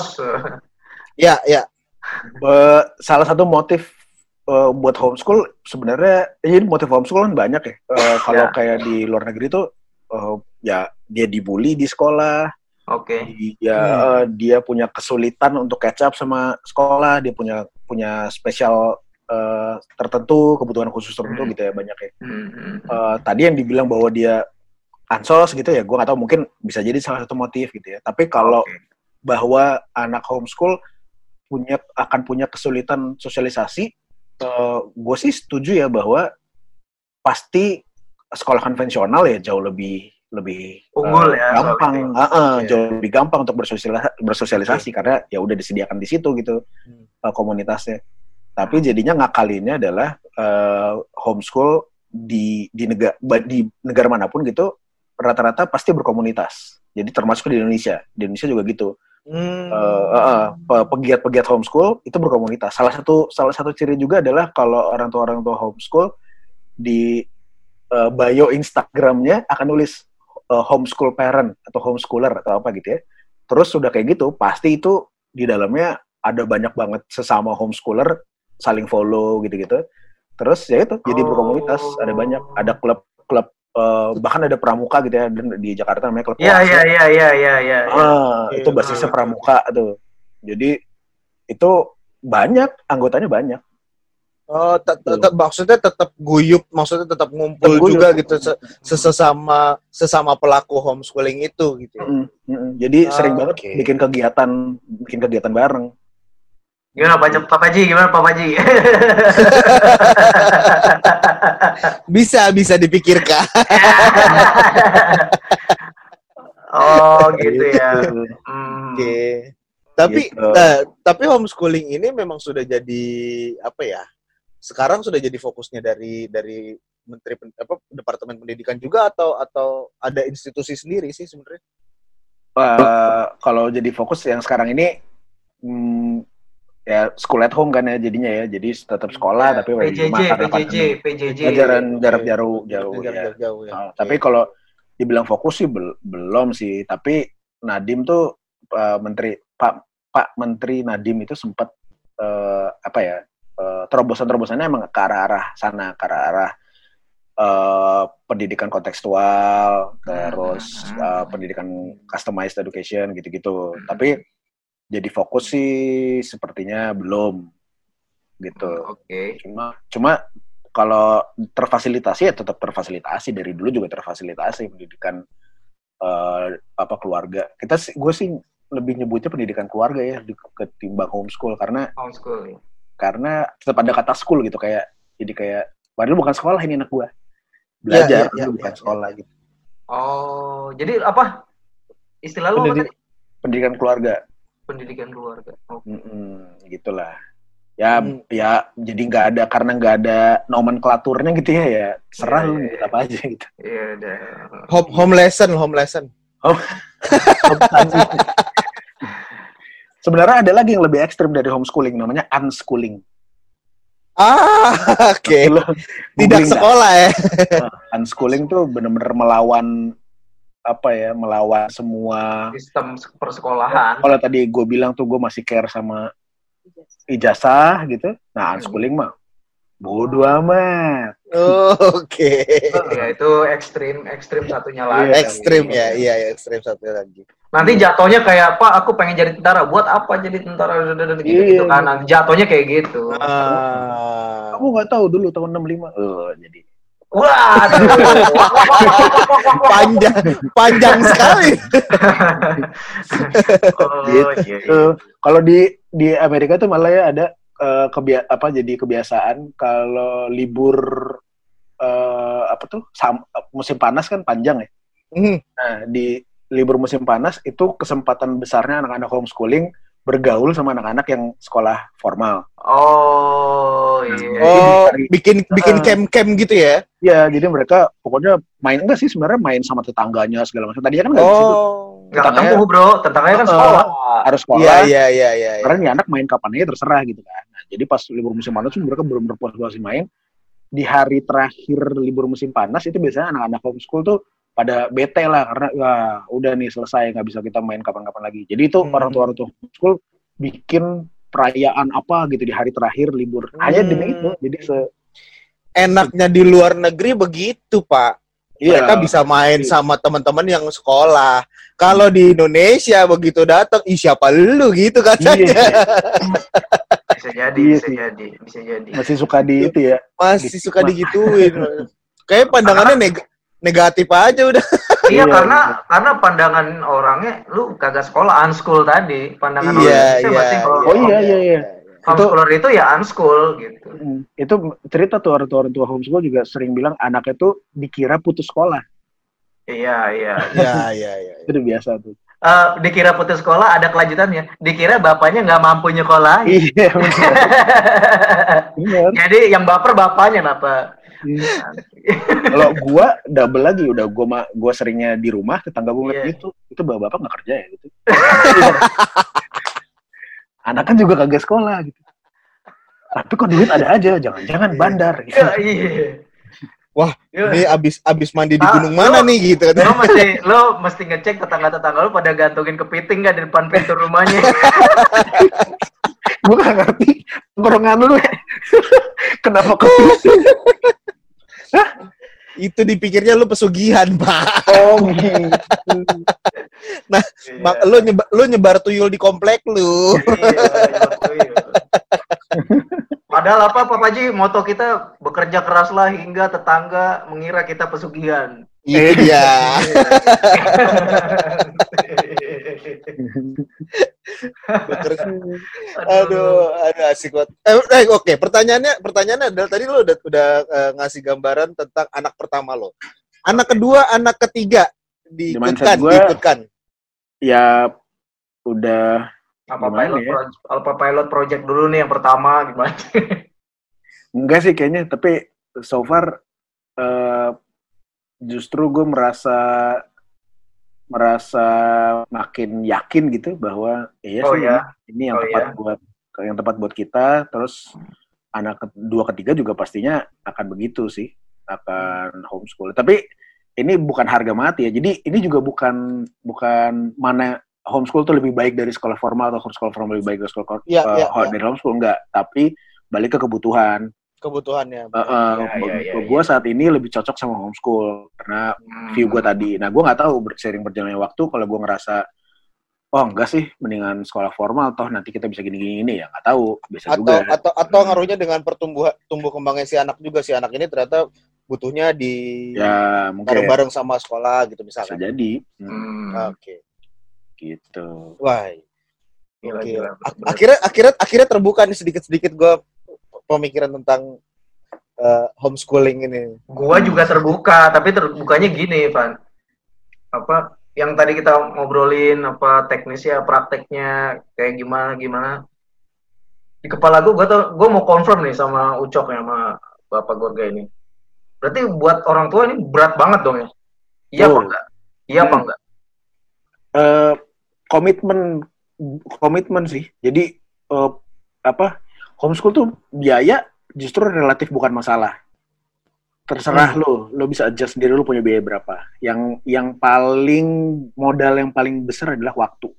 Ya ya. Eh, salah satu motif eh, buat homeschool sebenarnya, ini motif homeschool kan banyak ya. Eh, kalau Ya. kayak di luar negeri tuh eh, ya dia dibully di sekolah, Oke. dia Hmm. eh, dia punya kesulitan untuk catch up sama sekolah, dia punya punya spesial eh, tertentu, kebutuhan khusus tertentu Hmm. gitu ya banyak ya. Hmm, hmm. Eh, tadi yang dibilang bahwa dia ansos gitu ya, gue nggak tahu, mungkin bisa jadi salah satu motif gitu ya. Tapi kalau Oke. bahwa anak homeschool punya akan punya kesulitan sosialisasi, uh, gue sih setuju ya bahwa pasti sekolah konvensional ya jauh lebih lebih unggul uh, ya, gampang, uh, uh, yeah. jauh lebih gampang untuk bersosialisasi, bersosialisasi yeah. karena ya udah disediakan di situ gitu hmm. uh, komunitasnya. Tapi jadinya ngakalinnya adalah uh, homeschool di di negara di negara manapun gitu rata-rata pasti berkomunitas. Jadi termasuk di Indonesia, di Indonesia juga gitu. Hmm. Uh, uh, uh, pegiat-pegiat homeschool itu berkomunitas. Salah satu salah satu ciri juga adalah kalau orang tua orang tua homeschool di uh, bio Instagramnya akan nulis Uh, homeschool parent atau homeschooler atau apa gitu ya. Terus sudah kayak gitu, pasti itu di dalamnya ada banyak banget sesama homeschooler saling follow gitu-gitu. Terus ya itu jadi oh. berkomunitas, ada banyak, ada klub-klub uh, bahkan ada pramuka gitu ya di Jakarta namanya klub. Iya iya iya iya iya iya. Ah, itu basisnya pramuka tuh. Jadi itu banyak, anggotanya banyak. Oh, tetap maksudnya tetap guyup, maksudnya tetap ngumpul tetap juga guyup. Gitu sesama sesama pelaku homeschooling itu gitu. Mm -hmm. Jadi ah, sering banget okay. bikin kegiatan, bikin kegiatan bareng. Gimana Pak Pak Haji? Gimana Pak Haji? bisa bisa dipikirkan. Oh, gitu ya. Hmm. Oke. Okay. Tapi gitu. uh, tapi homeschooling ini memang sudah jadi apa ya? Sekarang sudah jadi fokusnya dari dari menteri apa departemen pendidikan juga atau atau ada institusi sendiri sih sebenarnya? Uh, kalau jadi fokus yang sekarang ini hmm, ya school at home kan ya jadinya ya, jadi tetap sekolah ya, tapi P J J P J J P J J pelajaran jarak jauh jauh ya. Jarak jauh, ya. Uh, tapi kalau dibilang fokus sih bel- belum sih, tapi Nadiem tuh uh, menteri Pak Pak Menteri Nadiem itu sempat uh, apa ya? Uh, terobosan-terobosannya emang ke arah-arah sana, ke arah-arah uh, pendidikan kontekstual, terus uh, pendidikan customized education gitu-gitu. Tapi jadi fokus sih sepertinya belum gitu. Oke. Okay. Cuma cuma kalau terfasilitasi ya tetap terfasilitasi, dari dulu juga terfasilitasi pendidikan uh, apa keluarga. Kita gue sih lebih nyebutnya pendidikan keluarga ya ketimbang homeschool karena homeschool ya. Karena tetap ada kata school gitu, kayak jadi kayak padahal bukan sekolah ini anak gua belajar, ya, ya, ya, bukan ya, sekolah ya. Gitu. Oh, jadi apa istilah lo apa tadi? Pendidikan keluarga. Pendidikan keluarga. Oke. Okay. Gitulah. Ya, hmm. ya jadi nggak ada karena nggak ada nomenklaturnya gitu ya, ya serah lu ya, ya, apa aja gitu. Iya udah. Home, home lesson, home lesson. Home. Sebenarnya ada lagi yang lebih ekstrim dari homeschooling, namanya unschooling. Ah, oke. Okay. Tidak sekolah ya. Nah, unschooling tuh benar-benar melawan apa ya, melawan semua sistem persekolahan. Kalau tadi gue bilang tuh gue masih care sama ijazah gitu. Nah, unschooling mah bodo amat. Oh, oke. Okay. Ya itu ekstrim, ekstrim satunya lagi. Yeah, ekstrim ya, iya ya, ekstrim satunya lagi. Nanti jatuhnya kayak, Pak, aku pengen jadi tentara. Buat apa jadi tentara? Gitu, yeah. gitu kan. Nanti jatuhnya kayak gitu. Uh, Kamu nggak tahu dulu tahun enam lima. Oh, jadi. Wah, panjang, panjang sekali. Oh, gitu. Iya, iya. Uh, kalau di di Amerika tuh malah ya ada uh, kebia- apa jadi kebiasaan kalau libur uh, apa tuh sam- musim panas kan panjang ya. Mm. Nah, di libur musim panas itu kesempatan besarnya anak-anak homeschooling bergaul sama anak-anak yang sekolah formal. Oh, iya. Oh, bikin bikin camp-camp gitu ya? Iya, jadi mereka pokoknya main enggak sih sebenarnya main sama tetangganya segala macam. Tadinya kan enggak oh. di situ. Enggak ketemu, Bro. Tetangganya kan sekolah. Uh, harus sekolah. Iya, iya, iya, iya. Karena nih anak main kapan aja terserah gitu kan. Nah, jadi pas libur musim panas mereka benar-benar puas-puas main. Di hari terakhir libur musim panas itu biasanya anak-anak homeschool tuh pada bete lah karena wah udah nih selesai nggak bisa kita main kapan-kapan lagi. Jadi itu hmm. orang tua orang tua homeschool bikin perayaan apa gitu di hari terakhir libur. Hmm. Hanya demi itu. Jadi se enaknya di luar negeri begitu, Pak. Mereka iya. bisa main iya. sama teman-teman yang sekolah. Kalau di Indonesia begitu datang, ih siapa lu gitu katanya. Iya. bisa jadi, iya, bisa jadi, bisa jadi. Masih suka di itu ya. Masih suka digituin. Kayak pandangannya neg- negatif aja udah. Iya, karena karena pandangan orangnya lu kagak sekolah, unschool tadi. Pandangan iya, orang iya, pasti kalau oh iya iya iya. Homeschooler itu, itu ya unschool gitu. Itu cerita tuh orang tua orang tua homeschool juga sering bilang anaknya tuh dikira putus sekolah. Iya, iya. Iya, iya, iya. Itu udah biasa tuh. Uh, dikira putus sekolah ada kelanjutannya. Dikira bapaknya nggak mampu nyekolah. Iya, benar. Jadi yang baper bapaknya kenapa? Kalau gua double lagi, udah gua ma- gua seringnya di rumah, tetangga gua ngeliat Iya. gitu, itu bapak-bapak nggak kerja ya gitu. Anak kan juga kagak sekolah gitu. Tapi kok duit ada aja, jangan-jangan bandar gitu. Iya, iya. Wah, Iya. ini abis abis mandi di Ah, gunung mana lo- nih gitu. Lo mesti lo mesti ngecek tetangga-tetangga lo pada gantungin kepiting nggak di depan pintu rumahnya. Gua nggak ngerti tongkrongan lu. Kenapa kepiting? Itu dipikirnya lu pesugihan, Pak. Oh gitu. Ma- lu nyebar lu nyebar tuyul di komplek lu. Iya, iya. Padahal apa Pak Haji, moto kita bekerja keraslah hingga tetangga mengira kita pesugihan. Iya. Bekerja. Aduh, aduh asik banget. Eh, eh, oke, pertanyaannya pertanyaannya adalah tadi lu udah udah uh, ngasih gambaran tentang anak pertama lo. Anak kedua, anak ketiga diikutkan, mindset gua- diikutkan. Ya udah Apa Gimana pilot ya? project, apa pilot project dulu nih yang pertama gimana? enggak sih kayaknya, tapi so far eh, justru gue merasa merasa makin yakin gitu bahwa iya Oh, sih ya. ini yang Oh, tepat ya. buat yang tepat buat kita. Terus anak kedua ketiga juga pastinya akan begitu sih, akan homeschool. Tapi ini bukan harga mati ya. Jadi ini juga bukan bukan mana homeschool tuh lebih baik dari sekolah formal atau sekolah formal lebih baik dari sekolah Iya, uh, iya, ho- iya. dari homeschool, enggak. Tapi balik ke kebutuhan. Kebutuhannya. Uh, uh, Iya, iya, iya, gue saat ini lebih cocok sama homeschool karena view gue tadi. Nah, gue nggak tahu sering berjalannya waktu kalau gue ngerasa oh enggak sih, mendingan sekolah formal toh nanti kita bisa gini-gini ya nggak tahu, bisa Atau juga. atau atau ngaruhnya dengan pertumbuhan tumbuh kembangnya si anak juga, si anak ini ternyata butuhnya di Ya mungkin bareng-bareng sama sekolah gitu bisa misalkan. jadi. Hmm, Hmm. Oke. gitu. Wah. Gila, Oke. gila, Ak- bener-bener. Akhirnya akhirnya akhirnya terbuka nih sedikit-sedikit gue pemikiran tentang uh, homeschooling ini. Gua juga terbuka, tapi terbukanya gini, Van. Apa yang tadi kita ngobrolin apa teknisnya, prakteknya kayak gimana gimana. Di kepala gua gua tuh gua mau confirm nih sama Ucok ya, sama Bapak Gorga ini. Berarti buat orang tua ini berat banget dong ya. Iya apa Oh. enggak? Iya apa Hmm. enggak? Eh, komitmen komitmen sih. Jadi eh, apa homeschool tuh biaya justru relatif bukan masalah. Terserah lo, lo bisa adjust sendiri lo punya biaya berapa. Yang yang paling modal yang paling besar adalah waktu.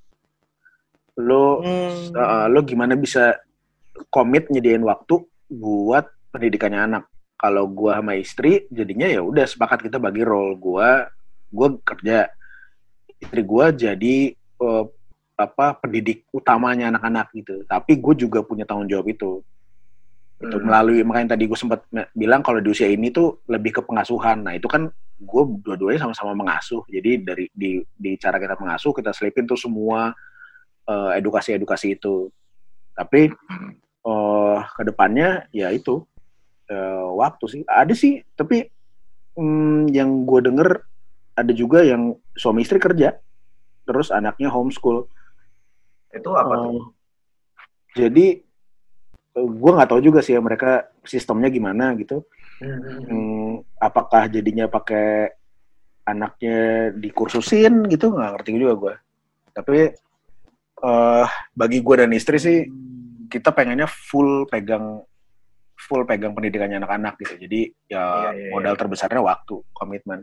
Lo Hmm. eh, lo gimana bisa komit nyediain waktu buat pendidikannya anak. Kalau gua sama istri jadinya ya udah sepakat kita bagi role. Gua gua kerja, istri gua jadi eh, apa pendidik utamanya anak-anak gitu. Tapi gue juga punya tanggung jawab itu. Itu Hmm. melalui makanya tadi gue sempat bilang kalau di usia ini tuh lebih ke pengasuhan. Nah itu kan gue dua-duanya sama-sama mengasuh. Jadi dari di, di cara kita mengasuh kita selipin tuh semua eh, edukasi-edukasi itu. Tapi eh, kedepannya ya itu eh, waktu sih. Ada sih. Tapi hmm, yang gue denger ada juga yang suami istri kerja, terus anaknya homeschool. Itu apa tuh? Uh, jadi uh, gue nggak tahu juga sih ya mereka sistemnya gimana gitu. Hmm. Hmm, apakah jadinya pakai anaknya dikursusin gitu, nggak ngerti juga gue. Tapi uh, bagi gue dan istri sih kita pengennya full pegang full pegang pendidikannya anak-anak gitu. Jadi ya Iya, iya, modal iya. terbesarnya waktu, komitmen.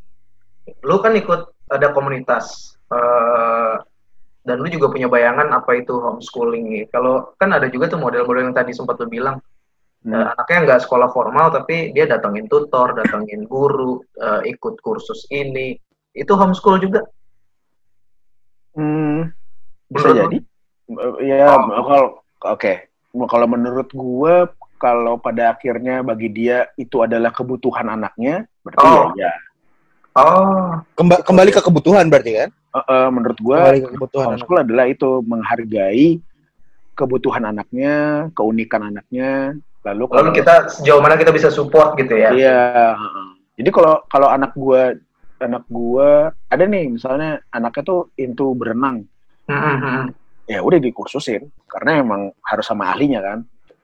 Lu kan ikut ada komunitas eh, dan lu juga punya bayangan apa itu homeschooling nih. Kalau kan ada juga tuh model-model yang tadi sempat lu bilang, Hmm. eh, anaknya nggak sekolah formal tapi dia datangin tutor, datangin guru, eh, ikut kursus ini, itu homeschool juga. Hmm, bisa Menurut lu? jadi. Uh, Ya, Oh. kalau oke. Kalau menurut gue, kalau pada akhirnya bagi dia itu adalah kebutuhan anaknya, berarti Oh. ya, ya. Oh, Kemba- kembali ke kebutuhan berarti kan? Uh, uh, menurut gue, Kembali ke kebutuhan anak. homeschool adalah itu menghargai kebutuhan anaknya, keunikan anaknya. Lalu lalu kalau kita sejauh mana kita bisa support gitu ya? iya, uh-uh. Jadi kalau kalau anak gue anak gua ada nih misalnya anaknya tuh into berenang. Mm-hmm. Ya udah dikursusin karena emang harus sama ahlinya kan.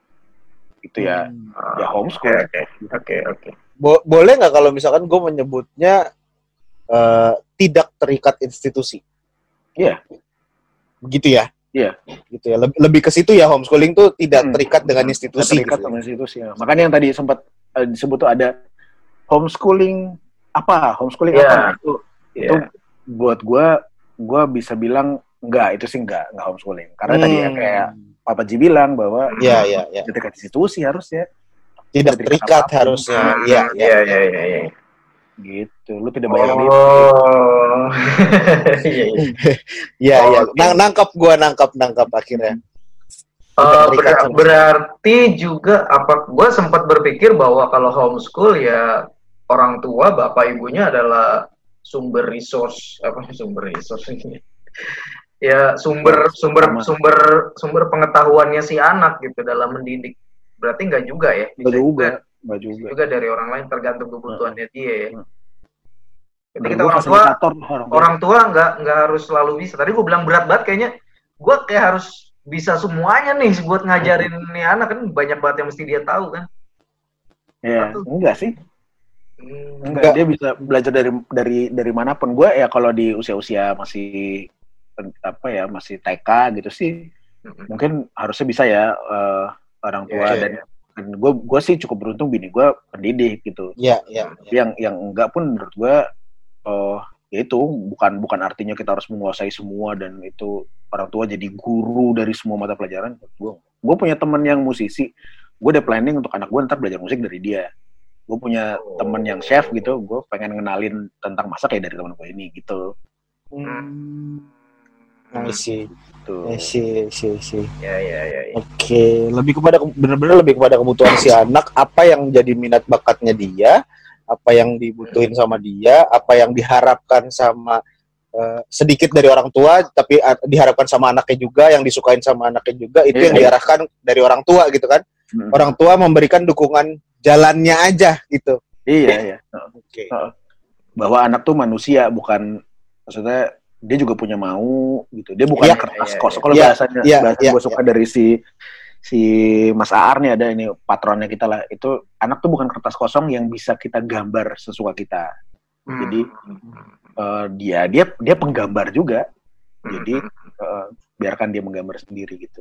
Itu ya Hmm. ya homeschool. Oke oke oke. Bo- boleh nggak kalau misalkan gue menyebutnya uh, tidak terikat institusi? Iya. Begitu ya? Iya. Gitu ya. Lebih, lebih ke situ ya, homeschooling tuh tidak Hmm. terikat dengan institusi. Terikat gitu sama institusi. Ya. Makanya yang tadi sempat uh, disebut tuh ada homeschooling apa? Homeschooling Yeah. apa? Itu Yeah. itu buat gua gua bisa bilang enggak, itu sih enggak, enggak homeschooling. Karena Hmm. tadi ya kayak Papa Ji bilang bahwa Iya, iya, iya. terikat institusi harusnya. Tidak terikat apapun. harusnya. Iya, iya. Iya iya iya iya. Gitu. Lu tidak bayar lip. Oh. Iya iya. Iya, iya. Oke. Nang- nangkap gua nangkap nangkap akhirnya. Uh, Tidak terikat ber- sama- berarti juga apa? Gue sempat berpikir bahwa kalau homeschool ya orang tua bapak ibunya adalah sumber resource apa sumber resource ini? Ya sumber sumber Sama. sumber sumber pengetahuannya si anak gitu dalam mendidik. Berarti nggak juga ya? Enggak Bisa juga, enggak bisa juga. juga dari orang lain tergantung kebutuhannya dia ya. Hmm. Jadi Dan kita gua orang tua fasilitator orang tua. orang tua nggak nggak harus selalu bisa. Tadi gue bilang berat banget kayaknya. Gue kayak harus bisa semuanya nih buat ngajarin nih anak kan banyak banget yang mesti dia tahu kan. Ya, enggak sih. Hmm. Enggak, Enggak. dia bisa belajar dari dari dari manapun. Gue ya kalau di usia-usia masih apa ya, masih T K gitu sih, Mm-mm. mungkin harusnya bisa ya uh, orang tua Iya, dan, iya. dan gue gue sih cukup beruntung bini gue pendidik gitu. Iya, iya. Tapi yang yang enggak pun menurut gue uh, ya itu bukan bukan artinya kita harus menguasai semua dan itu orang tua jadi guru dari semua mata pelajaran. Gue gue punya teman yang musisi, gue udah planning untuk anak gue ntar belajar musik dari dia. Gue punya Oh. teman yang chef gitu, gue pengen ngenalin tentang masak ya dari teman gue ini gitu. Hmm. I see. Tuh. I see, I see, I see. Ya ya ya. ya. Oke, lebih kepada benar-benar lebih kepada kebutuhan si anak, apa yang jadi minat bakatnya dia, apa yang dibutuhin sama dia, apa yang diharapkan sama uh, sedikit dari orang tua, tapi uh, diharapkan sama anaknya juga, yang disukain sama anaknya juga, itu Iya. yang diarahkan dari orang tua gitu kan. Hmm. Orang tua memberikan dukungan jalannya aja gitu. Iya, iya. Oke. Bahwa anak tuh manusia, bukan maksudnya dia juga punya mau gitu. Dia bukan Iya, kertas iya, kosong. iya. Kalau Iya, bahasanya, iya, bahasa iya, gue suka dari si si Mas Aar nih ada ini patronnya kita lah. Itu anak tuh bukan kertas kosong yang bisa kita gambar sesuka kita. Jadi uh, dia dia dia penggambar juga. Jadi uh, biarkan dia menggambar sendiri gitu.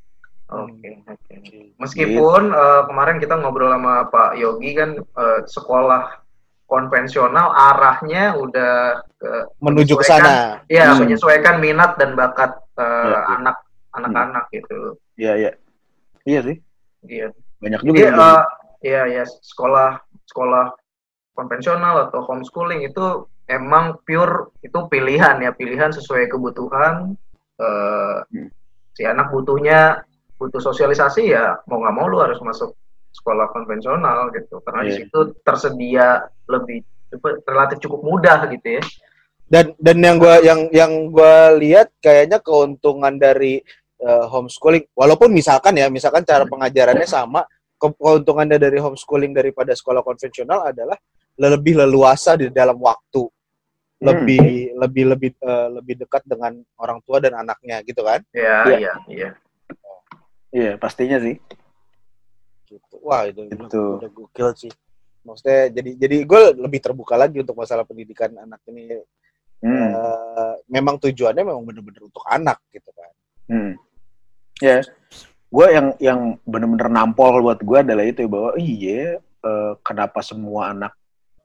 Oke, oke. Meskipun uh, kemarin kita ngobrol sama Pak Yogi kan uh, sekolah konvensional arahnya udah ke Menuju ke menyesuaikan- sana. Iya, Hmm. menyesuaikan minat dan bakat uh, Iya, iya. anak anak-anak gitu. Iya, iya. Iya sih. Iya. Banyak juga Jadi yang uh, ya ya sekolah sekolah konvensional atau homeschooling itu emang pure itu pilihan ya, pilihan sesuai kebutuhan uh, Hmm. si anak butuhnya butuh sosialisasi ya mau nggak mau lu harus masuk sekolah konvensional gitu karena di Iya. situ tersedia lebih relatif cukup mudah gitu ya. Dan dan yang gua yang yang gua lihat kayaknya keuntungan dari uh, homeschooling, walaupun misalkan ya, misalkan cara pengajarannya sama, ke- keuntungannya dari homeschooling daripada sekolah konvensional adalah lebih leluasa di dalam waktu, lebih lebih lebih uh, lebih dekat dengan orang tua dan anaknya gitu kan? Iya Iya. iya iya. Iya, pastinya sih. Gitu. Wah itu Gitu. udah gokil sih. Maksudnya jadi jadi gue lebih terbuka lagi untuk masalah pendidikan anak ini. Hmm. Uh, memang tujuannya memang benar-benar untuk anak gitu kan. Hmm. Ya, gue yang yang benar-benar nampol buat gue adalah itu bahwa iya eh, kenapa semua anak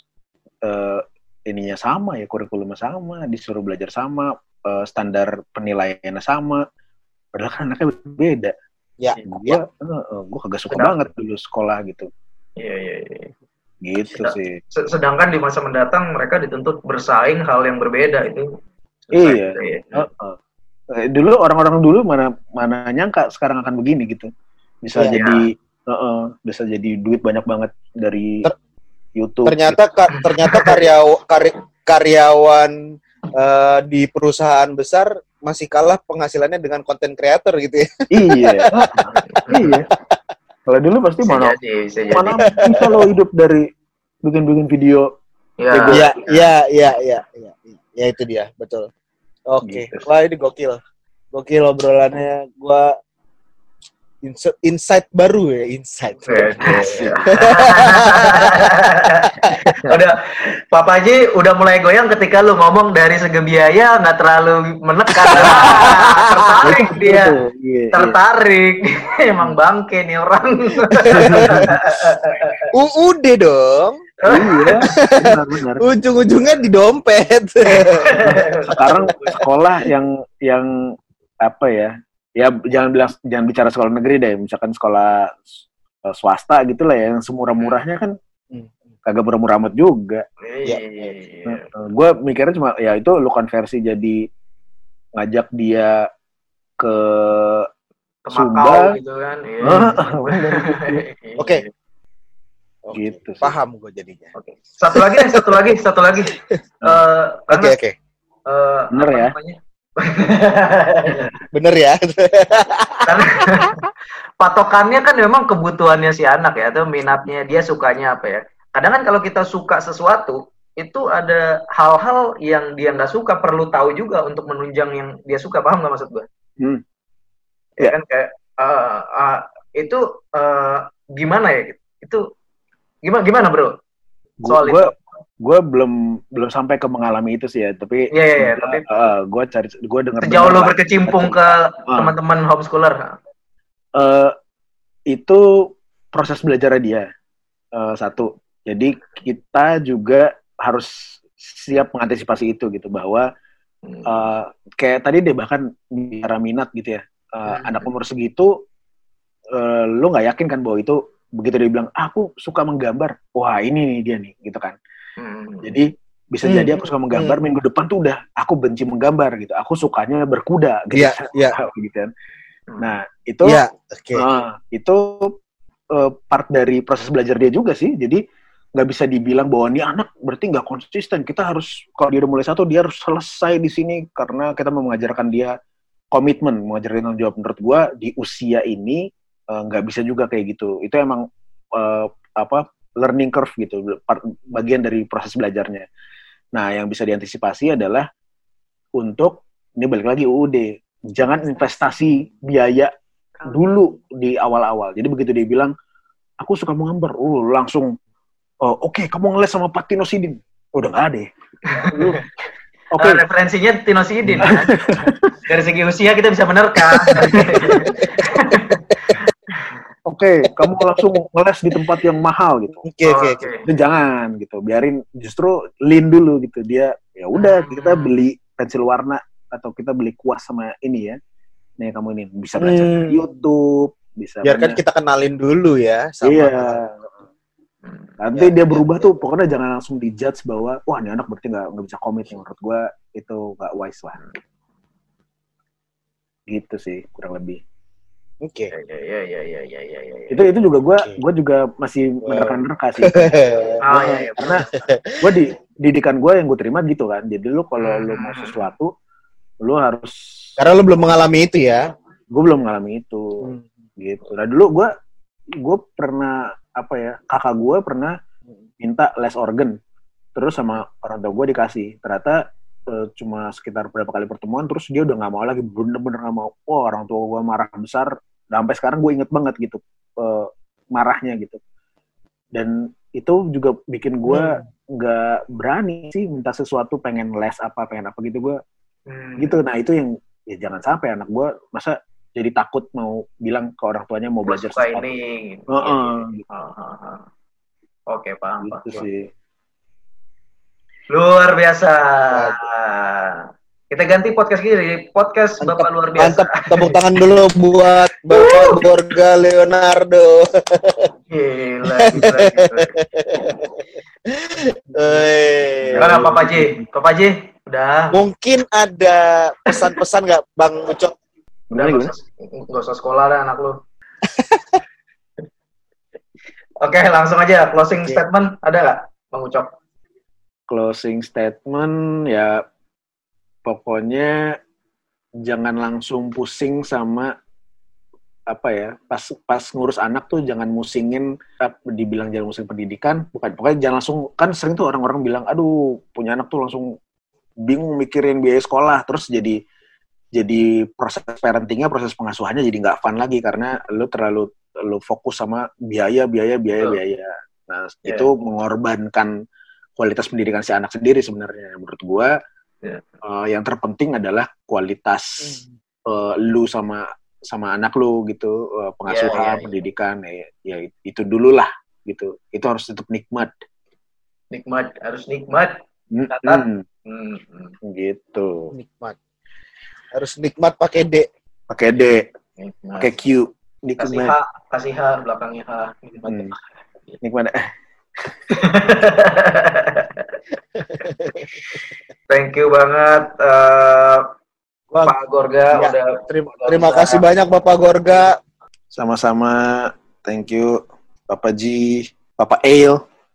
eh, ininya sama ya, kurikulumnya sama, disuruh belajar sama, eh, standar penilaiannya sama, padahal kan anaknya beda. Ya, Gue ya. uh, gue kagak suka Sedang. banget dulu sekolah gitu, Iya iya iya. gitu Sedang. sih. Se- Sedangkan di masa mendatang mereka dituntut bersaing hal yang berbeda itu. Iya. Iya. Uh-uh. Eh, dulu orang-orang dulu mana mana nyangka sekarang akan begini gitu, bisa Iya. jadi uh-uh, bisa jadi duit banyak banget dari Ter- YouTube. Ternyata ka- ternyata karyaw, kar- karyawan uh, di perusahaan besar masih kalah penghasilannya dengan konten creator gitu ya. Iya, iya. Kalau dulu pasti Bisa mana jadi, bisa jadi. mana bisa lo hidup dari bikin-bikin video Ya, Iya, iya, iya, iya, iya. Ya itu dia, betul. Oke. Gitu. Wah, ini gokil. Gokil obrolannya. Gua Insight, insight baru ya, insight. Udah, Papa Haji udah mulai goyang ketika lu ngomong dari segi biaya nggak terlalu menekan. Tertarik dia, Iya, tertarik. Emang bangke nih orang. U U D dong. Iya, benar-benar. Ujung-ujungnya di dompet. Sekarang sekolah yang yang apa ya? Ya jangan bilang jangan bicara sekolah negeri deh, misalkan sekolah uh, swasta gitu lah ya, yang semurah-murahnya kan kagak murah-murah amat juga. Iya. Nah, uh, gue mikirnya cuma ya itu lu konversi jadi ngajak dia ke Sumba gitu kan. Iya. Oke. Gitu sih. Paham gue jadinya. Oke. Satu lagi nih, satu lagi, satu lagi. Uh, Oke, oke. Uh, Bener ya? Namanya? Bener ya. Karena patokannya kan memang kebutuhannya si anak ya, atau minatnya dia sukanya apa ya. Kadang kan kalau kita suka sesuatu, itu ada hal-hal yang dia nggak suka, perlu tahu juga untuk menunjang yang dia suka. Paham nggak maksud gue? Hmm. Ya, ya kan kayak uh, uh, itu uh, gimana ya? Itu gimana gimana bro? Soal gua, itu. Gue belum belum sampai ke mengalami itu sih ya, tapi yeah, yeah, yeah, tapi uh, gue cari gue dengar sejauh lo berkecimpung ke uh. teman-teman homeschooler, uh, itu proses belajar dia uh, satu. Jadi kita juga harus siap mengantisipasi itu gitu, bahwa uh, kayak tadi deh bahkan bicara minat gitu ya, uh, hmm. anak umur segitu uh, lo nggak yakin kan bahwa itu begitu dia bilang ah, aku suka menggambar, wah ini nih dia nih gitu kan. Hmm. Jadi bisa hmm. jadi aku suka menggambar, hmm. minggu depan tuh udah aku benci menggambar gitu. Aku sukanya berkuda gitu. Iya, iya. Gitu kan. Nah, itu yeah, okay. uh, itu uh, part dari proses belajar dia juga sih. Jadi nggak bisa dibilang bahwa ini anak berarti nggak konsisten. Kita harus kalau dia udah mulai satu dia harus selesai di sini karena kita mau mengajarkan dia komitmen, mengajarkan tanggung jawab. Menurut gua di usia ini nggak uh, bisa juga kayak gitu. Itu emang uh, apa? learning curve gitu, bagian dari proses belajarnya. Nah, yang bisa diantisipasi adalah untuk, ini balik lagi U U D, jangan investasi biaya dulu di awal-awal. Jadi begitu dia bilang, aku suka menggambar, oh langsung, oh, oke, okay, kamu ngeles sama Pak Tino Sidin. Udah nggak ada. Oke. Okay. Uh, referensinya Tino Sidin. Kan? Dari segi usia kita bisa menerka. Oke, okay, kamu langsung ngeles di tempat yang mahal gitu. Oke, okay, oke, okay, okay. Jangan gitu. Biarin justru lean dulu gitu. Dia ya udah kita beli pensil warna atau kita beli kuas sama ini ya. Nih kamu ini bisa belajar hmm. di YouTube, bisa biarkan kita kenalin dulu ya sama. Iya. Nanti ya, dia berubah ya, tuh pokoknya jangan langsung dijudge bahwa wah ini anak berarti nggak nggak bisa komit. Menurut gue itu nggak wise lah. Gitu sih kurang lebih. Oke. Okay. Ya, ya, ya, ya, ya, ya, ya. Itu itu juga gue okay. gue juga masih menerka-nerka sih. Oh, iya, iya. Karena gue di didikan gue yang gue terima gitu kan. Jadi lu kalau lu mau sesuatu, lu harus. Karena lu belum mengalami itu ya. Gue belum mengalami itu, hmm. gitu. Nah dulu gue gue pernah apa ya kakak gue pernah minta les organ, terus sama orang tua gue dikasih. Ternyata uh, cuma sekitar beberapa kali pertemuan, terus dia udah nggak mau lagi, bener-bener nggak mau. Oh orang tua gue marah besar. Dan sampai sekarang gue inget banget gitu uh, marahnya gitu. Dan itu juga bikin gue nggak hmm. berani sih minta sesuatu, pengen les apa, pengen apa gitu gue hmm. gitu. Nah itu yang ya jangan sampai anak gue masa jadi takut mau bilang ke orang tuanya mau belajar sesuatu ini. Gitu. Uh-uh. Gitu. Uh-huh. Oke, paham gitu pak. Sih. Luar biasa. Wow. Kita ganti podcast gini, podcast mantap, Bapak luar biasa. Mantap, tepuk tangan dulu buat Bapak Borga Leonardo. Gila, gila, gila. Gimana Pak Paji? Pak Paji, udah. Mungkin ada pesan-pesan nggak Bang Ucok? Udah, nggak usah, nggak usah sekolah lah anak lu. Oke, langsung aja closing okay. statement ada nggak Bang Ucok? Closing statement ya. Pokoknya jangan langsung pusing sama apa ya, pas pas ngurus anak tuh jangan musingin, dibilang jangan musingin pendidikan, bukan, pokoknya jangan langsung, kan sering tuh orang-orang bilang, aduh punya anak tuh langsung bingung mikirin biaya sekolah, terus jadi jadi proses parentingnya, proses pengasuhannya jadi nggak fun lagi karena lu terlalu lu fokus sama biaya biaya biaya oh. biaya. Nah yeah. itu mengorbankan kualitas pendidikan si anak sendiri sebenarnya. Menurut gua yeah. uh, yang terpenting adalah kualitas mm. uh, lu sama sama anak lu gitu, uh, pengasuhan, yeah, yeah, yeah. pendidikan, ya, ya itu dulu lah gitu. Itu harus tetap nikmat. Nikmat, harus nikmat. Hmm. Hmm. Gitu. Nikmat. Harus nikmat pakai D. Pakai D. Pakai Q. Nikmat. Kasih H, kasih H belakangnya H. Nikmat. Hmm. Nikmat. Thank you banget. Uh, Pak Gorga ya, udah terima, terima kasih banyak Bapak Gorga. Sama-sama. Thank you Bapak G, Bapak Ale.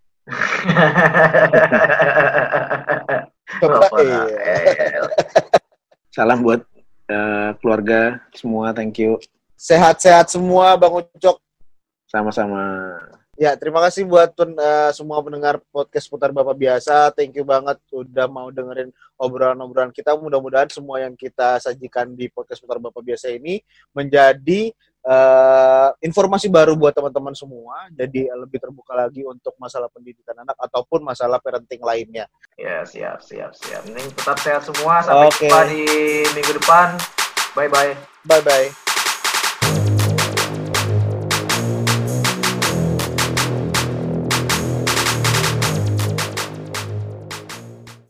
Bapak Ale. Salam buat uh, keluarga semua, thank you. Sehat-sehat semua Bang Ucok. Sama-sama. Ya, terima kasih buat uh, semua pendengar podcast Putar Bapak Biasa. Thank you banget udah mau dengerin obrolan-obrolan kita. Mudah-mudahan semua yang kita sajikan di podcast Putar Bapak Biasa ini menjadi uh, informasi baru buat teman-teman semua. Jadi lebih terbuka lagi untuk masalah pendidikan anak ataupun masalah parenting lainnya. Ya, siap, siap, siap. Ini tetap sehat semua. Sampai okay. jumpa di minggu depan. Bye-bye. Bye-bye.